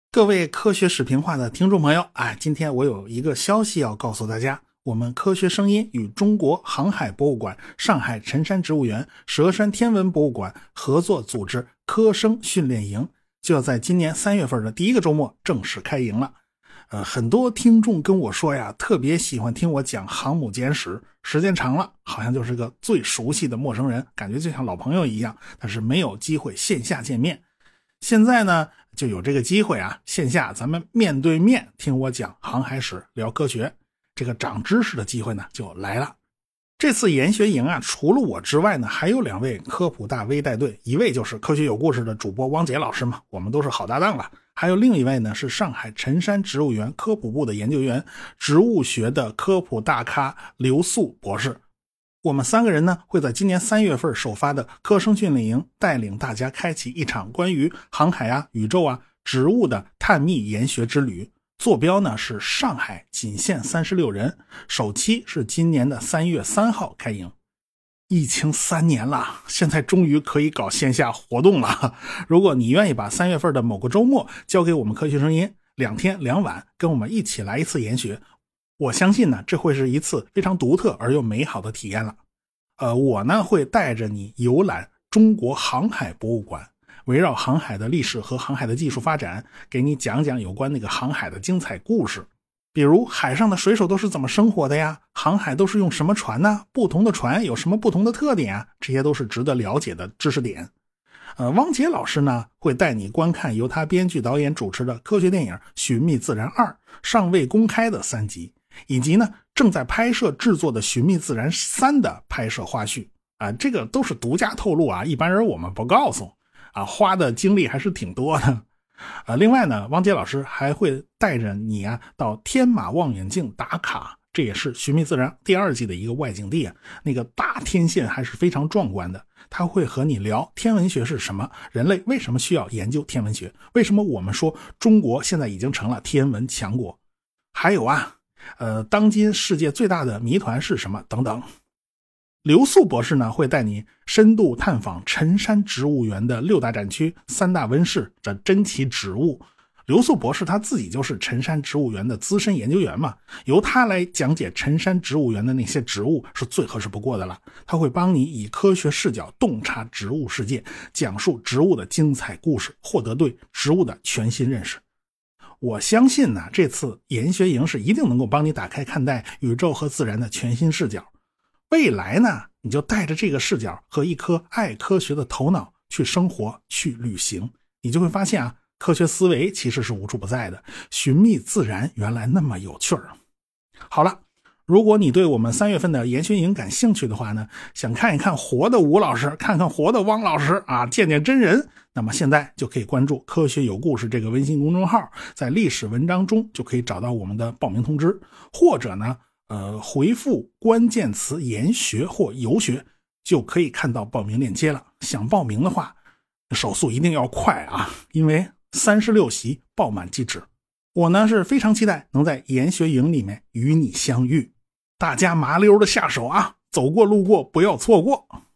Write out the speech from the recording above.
各位科学视频化的听众朋友，今天我有一个消息要告诉大家，我们科学声音与中国航海博物馆、上海辰山植物园、佘山天文博物馆合作组织科生训练营，就要在今年3月份的第一个周末正式开营了。很多听众跟我说呀，特别喜欢听我讲航母简史，时间长了好像就是个最熟悉的陌生人，感觉就像老朋友一样，但是没有机会线下见面。现在呢就有这个机会线下咱们面对面听我讲航海史，聊科学，这个长知识的机会呢就来了。这次研学营除了我之外呢，还有2位科普大 V 带队，一位就是科学有故事的主播汪杰老师嘛，我们都是好搭档了。还有另一位呢是上海辰山植物园科普部的研究员，植物学的科普大咖刘素博士。我们3个人呢会在今年3月份首发的科生训练营带领大家开启一场关于航海宇宙植物的探秘研学之旅。坐标呢是上海，仅限36人，首期是今年的3月3号开营。疫情3年了，现在终于可以搞线下活动了。如果你愿意把3月份的某个周末交给我们科学声音，2天2晚跟我们一起来一次研学，我相信呢这会是一次非常独特而又美好的体验了。我呢会带着你游览中国航海博物馆，围绕航海的历史和航海的技术发展，给你讲讲有关那个航海的精彩故事。比如海上的水手都是怎么生活的呀？航海都是用什么船呢？不同的船有什么不同的特点啊？这些都是值得了解的知识点。汪杰老师呢会带你观看由他编剧导演主持的科学电影《寻觅自然2》尚未公开的3集，以及呢正在拍摄制作的《寻觅自然3》的拍摄花絮这个都是独家透露一般人我们不告诉花的精力还是挺多的。另外呢，汪杰老师还会带着你到天马望远镜打卡，这也是《寻觅自然》第2季的一个外景地那个大天线还是非常壮观的。他会和你聊天文学是什么，人类为什么需要研究天文学，为什么我们说中国现在已经成了天文强国，还有当今世界最大的谜团是什么等等。刘素博士呢会带你深度探访辰山植物园的6大展区、3大温室的珍奇植物。刘素博士他自己就是辰山植物园的资深研究员嘛，由他来讲解辰山植物园的那些植物是最合适不过的了。他会帮你以科学视角洞察植物世界，讲述植物的精彩故事，获得对植物的全新认识。我相信这次研学营是一定能够帮你打开看待宇宙和自然的全新视角。未来呢，你就带着这个视角和一颗爱科学的头脑去生活，去旅行，你就会发现科学思维其实是无处不在的，寻觅自然原来那么有趣儿。好了，如果你对我们3月份的研学营感兴趣的话呢，想看一看活的吴老师，看看活的汪老师见见真人，那么现在就可以关注科学有故事这个微信公众号，在历史文章中就可以找到我们的报名通知，或者呢回复关键词研学或游学就可以看到报名链接了。想报名的话手速一定要快因为36席爆满即止。我呢是非常期待能在研学营里面与你相遇，大家麻溜的下手走过路过不要错过。